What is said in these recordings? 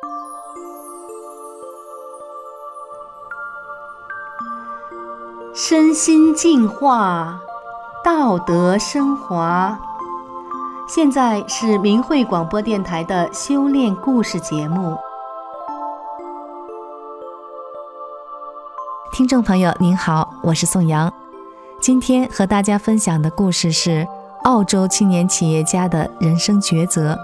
身心净化，道德升华。现在是明慧广播电台的修炼故事节目。 听众朋友您好，我是宋阳。今天和大家分享的故事是澳洲青年企业家的人生抉择。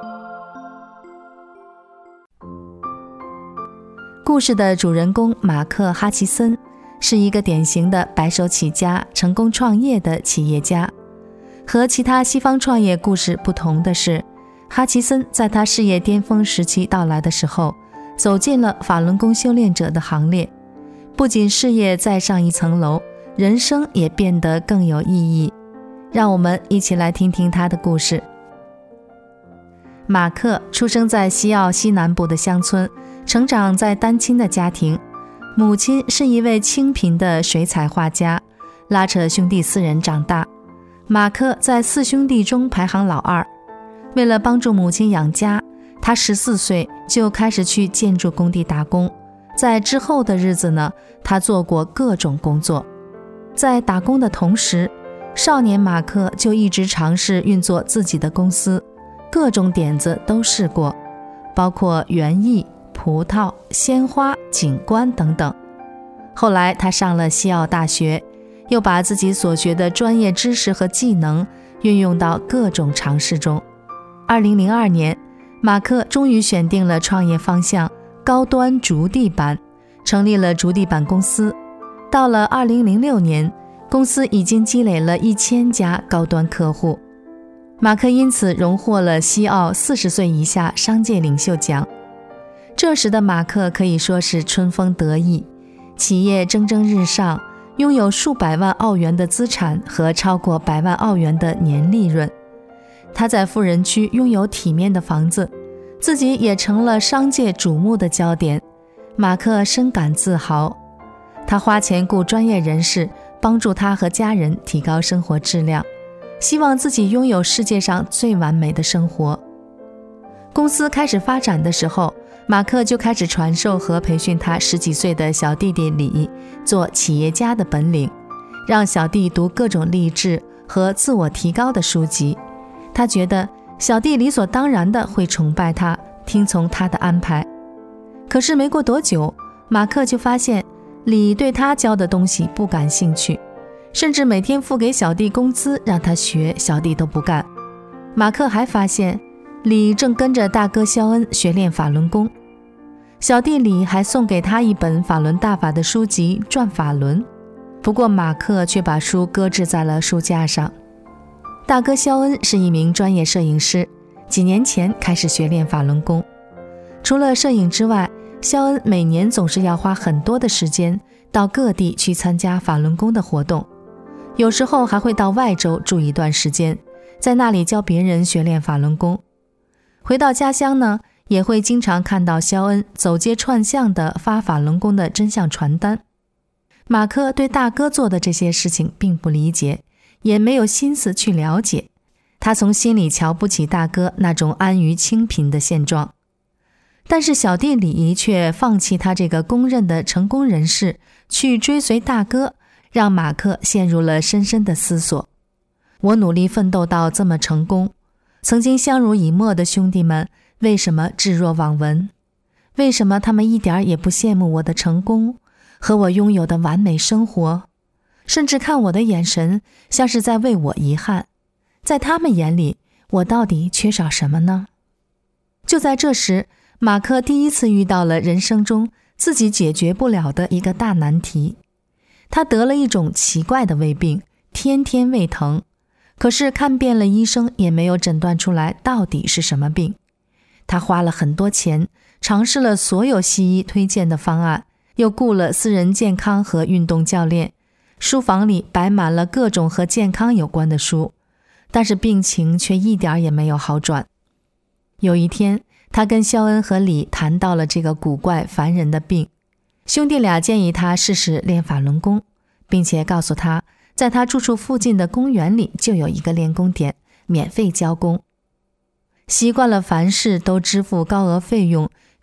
故事的主人公马克·哈奇森是一个典型的白手起家、成功创业的企业家。和其他西方创业故事不同的是，哈奇森在他事业巅峰时期到来的时候，走进了法轮功修炼者的行列，不仅事业再上一层楼，人生也变得更有意义。让我们一起来听听他的故事。马克出生在西澳西南部的乡村，成长在单亲的家庭，母亲是一位清贫的水彩画家，拉扯兄弟4人长大。马克在4兄弟中排行老2。为了帮助母亲养家，他14岁就开始去建筑工地打工。在之后的日子呢，他做过各种工作。在打工的同时，少年马克就一直尝试运作自己的公司，各种点子都试过，包括园艺、葡萄、鲜花、景观等等。后来他上了西澳大学，又把自己所学的专业知识和技能运用到各种尝试中。2002年，马克终于选定了创业方向，高端竹地板，成立了竹地板公司。到了2006年，公司已经积累了1000家高端客户。马克因此荣获了西澳40岁以下商界领袖奖。这时的马克可以说是春风得意，企业蒸蒸日上，拥有数百万澳元的资产和超过100万澳元的年利润。他在富人区拥有体面的房子，自己也成了商界瞩目的焦点。马克深感自豪，他花钱雇专业人士帮助他和家人提高生活质量，希望自己拥有世界上最完美的生活。公司开始发展的时候，马克就开始传授和培训他10几岁的小弟弟李做企业家的本领，让小弟读各种励志和自我提高的书籍。他觉得小弟理所当然的会崇拜他，听从他的安排。可是没过多久，马克就发现李对他教的东西不感兴趣，甚至每天付给小弟工资让他学，小弟都不干。马克还发现李正跟着大哥肖恩学练法轮功，小弟李还送给他一本法轮大法的书籍《转法轮》，不过马克却把书搁置在了书架上。大哥肖恩是一名专业摄影师，几年前开始学练法轮功。除了摄影之外，肖恩每年总是要花很多的时间到各地去参加法轮功的活动，有时候还会到外州住一段时间，在那里教别人学练法轮功。回到家乡呢，也会经常看到肖恩走街串巷地发法轮功的真相传单。马克对大哥做的这些事情并不理解，也没有心思去了解，他从心里瞧不起大哥那种安于清贫的现状。但是小弟李却放弃他这个公认的成功人士，去追随大哥，让马克陷入了深深的思索。我努力奋斗到这么成功，曾经相濡以沫的兄弟们为什么置若罔闻？为什么他们一点也不羡慕我的成功和我拥有的完美生活？甚至看我的眼神像是在为我遗憾。在他们眼里，我到底缺少什么呢？就在这时，马克第一次遇到了人生中自己解决不了的一个大难题。他得了一种奇怪的胃病，天天胃疼，可是看遍了医生也没有诊断出来到底是什么病。他花了很多钱，尝试了所有西医推荐的方案，又雇了私人健康和运动教练，书房里摆满了各种和健康有关的书，但是病情却一点也没有好转。有一天，他跟肖恩和李谈到了这个古怪烦人的病，兄弟俩建议他试试练法轮功，并且告诉他，在他住处附近的公园里就有一个练功点，免费教功。习惯了凡事都支付高额费用，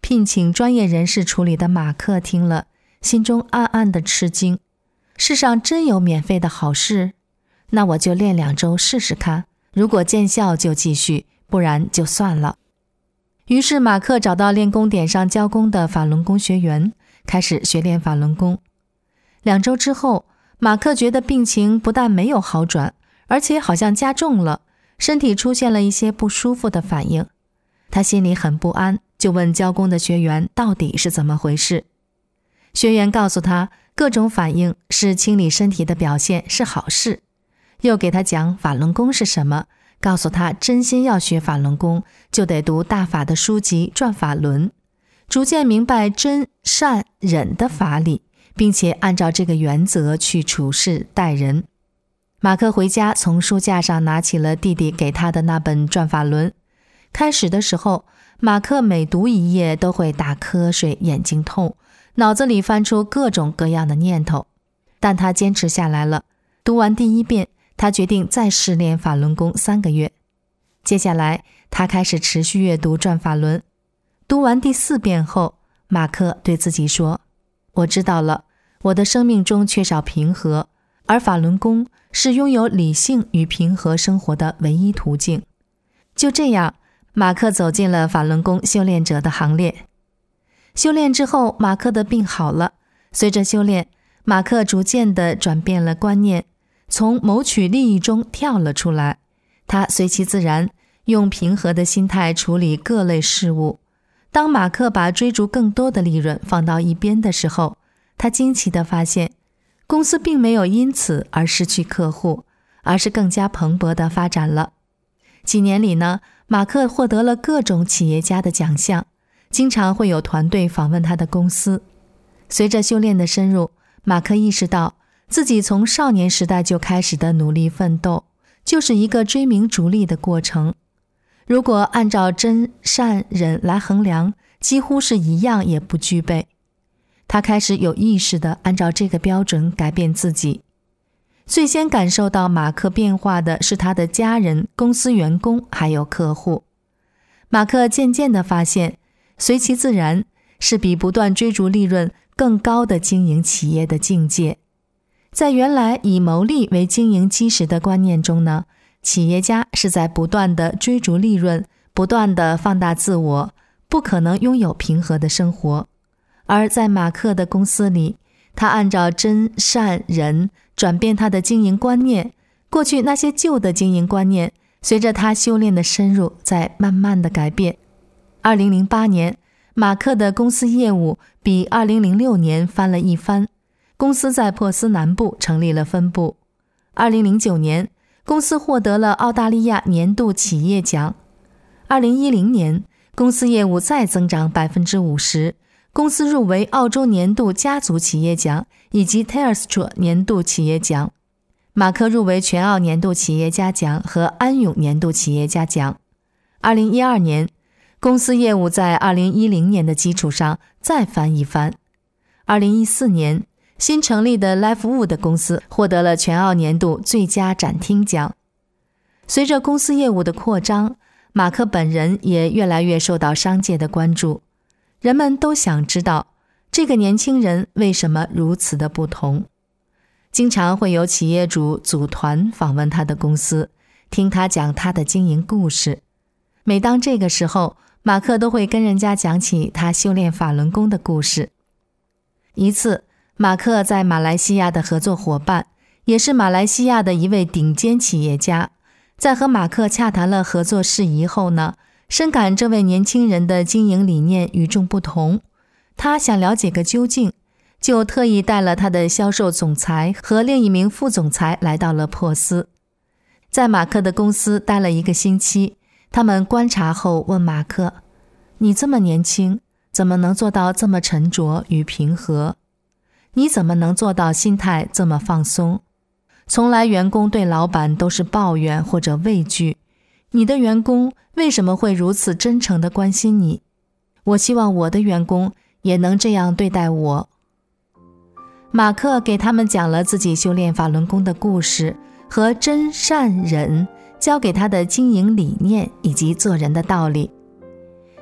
聘请专业人士处理的马克听了，心中暗暗的吃惊。世上真有免费的好事？那我就练2周试试看，如果见效就继续，不然就算了。于是马克找到练功点上教功的法轮功学员，开始学练法轮功。2周之后，马克觉得病情不但没有好转，而且好像加重了，身体出现了一些不舒服的反应。他心里很不安，就问教功的学员到底是怎么回事。学员告诉他，各种反应是清理身体的表现，是好事。又给他讲法轮功是什么，告诉他真心要学法轮功，就得读大法的书籍转法轮，逐渐明白真善忍的法理，并且按照这个原则去处事待人。马克回家从书架上拿起了弟弟给他的那本转法轮。开始的时候，马克每读一页都会打瞌睡，眼睛痛，脑子里翻出各种各样的念头，但他坚持下来了。读完第1遍，他决定再试练法轮功3个月。接下来他开始持续阅读转法轮。读完第4遍后，马克对自己说，我知道了，我的生命中缺少平和，而法轮功是拥有理性与平和生活的唯一途径。就这样，马克走进了法轮功修炼者的行列。修炼之后，马克的病好了。随着修炼，马克逐渐地转变了观念，从谋取利益中跳了出来。他随其自然，用平和的心态处理各类事物。当马克把追逐更多的利润放到一边的时候，他惊奇地发现，公司并没有因此而失去客户，而是更加蓬勃地发展了。几年里呢，马克获得了各种企业家的奖项，经常会有团队访问他的公司。随着修炼的深入，马克意识到自己从少年时代就开始的努力奋斗，就是一个追名逐利的过程。如果按照真善忍来衡量，几乎是一样也不具备。他开始有意识地按照这个标准改变自己。最先感受到马克变化的是他的家人、公司员工还有客户。马克渐渐地发现，随其自然是比不断追逐利润更高的经营企业的境界。在原来以牟利为经营基石的观念中呢，企业家是在不断地追逐利润，不断地放大自我，不可能拥有平和的生活。而在马克的公司里，他按照真善忍转变他的经营观念，过去那些旧的经营观念，随着他修炼的深入，在慢慢的改变。2008年，马克的公司业务比2006年翻了一番，公司在珀斯南部成立了分部。2009年，公司获得了澳大利亚年度企业奖。2010年，公司业务再增长 50%， 公司入围澳洲年度家族企业奖以及 Telstra 年度企业奖。马克入围全澳年度企业家奖和安永年度企业家奖。2012年，公司业务在2010年的基础上再翻一番。2014年，新成立的 LifeWood 公司获得了全澳年度最佳展厅奖。随着公司业务的扩张，马克本人也越来越受到商界的关注。人们都想知道，这个年轻人为什么如此的不同。经常会有企业主组团访问他的公司，听他讲他的经营故事。每当这个时候，马克都会跟人家讲起他修炼法轮功的故事。一次，马克在马来西亚的合作伙伴，也是马来西亚的一位顶尖企业家，在和马克洽谈了合作事宜后呢，深感这位年轻人的经营理念与众不同，他想了解个究竟，就特意带了他的销售总裁和另一名副总裁来到了珀斯。在马克的公司待了1个星期，他们观察后问马克，你这么年轻，怎么能做到这么沉着与平和？你怎么能做到心态这么放松？从来员工对老板都是抱怨或者畏惧，你的员工为什么会如此真诚地关心你？我希望我的员工也能这样对待我。马克给他们讲了自己修炼法轮功的故事和真善忍教给他的经营理念以及做人的道理。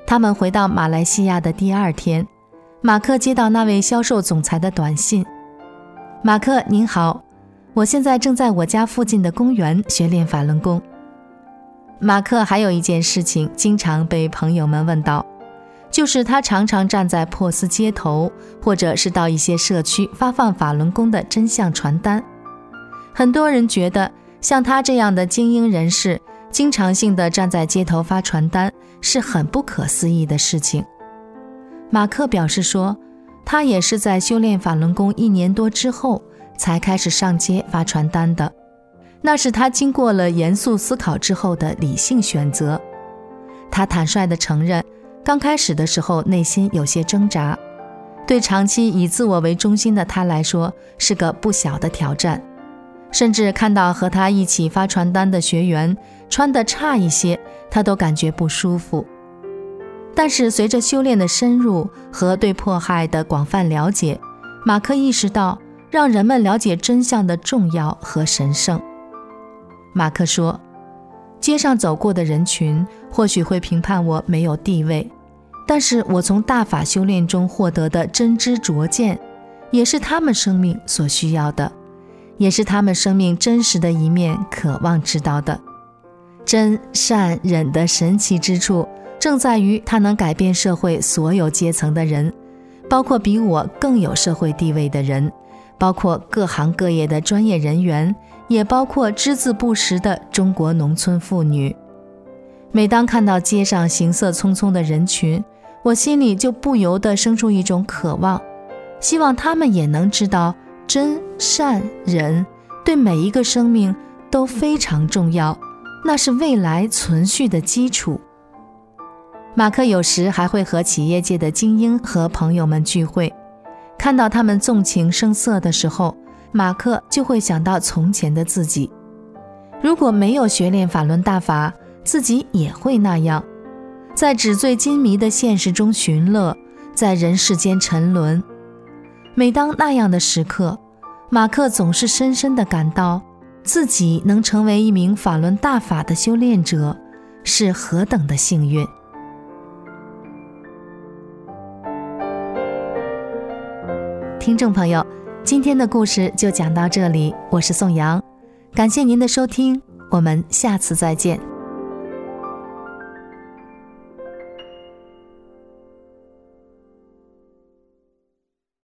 他们回到马来西亚的第2天，马克接到那位销售总裁的短信：马克您好，我现在正在我家附近的公园学练法轮功。马克还有一件事情经常被朋友们问到，就是他常常站在珀斯街头，或者是到一些社区发放法轮功的真相传单。很多人觉得像他这样的精英人士经常性地站在街头发传单是很不可思议的事情。马克表示说，他也是在修炼法轮功1年多之后才开始上街发传单的，那是他经过了严肃思考之后的理性选择。他坦率地承认，刚开始的时候内心有些挣扎，对长期以自我为中心的他来说是个不小的挑战，甚至看到和他一起发传单的学员穿得差一些，他都感觉不舒服。但是随着修炼的深入和对迫害的广泛了解，马克意识到让人们了解真相的重要和神圣。马克说，街上走过的人群或许会评判我没有地位，但是我从大法修炼中获得的真知灼见，也是他们生命所需要的，也是他们生命真实的一面渴望知道的。真善忍的神奇之处正在于它能改变社会所有阶层的人，包括比我更有社会地位的人，包括各行各业的专业人员，也包括只字不识的中国农村妇女。每当看到街上行色匆匆的人群，我心里就不由得生出一种渴望，希望他们也能知道真善忍对每一个生命都非常重要，那是未来存续的基础。马克有时还会和企业界的精英和朋友们聚会，看到他们纵情声色的时候，马克就会想到从前的自己。如果没有学练法轮大法，自己也会那样，在纸醉金迷的现实中寻乐，在人世间沉沦。每当那样的时刻，马克总是深深地感到自己能成为一名法轮大法的修炼者，是何等的幸运。听众朋友，今天的故事就讲到这里，我是宋阳，感谢您的收听，我们下次再见。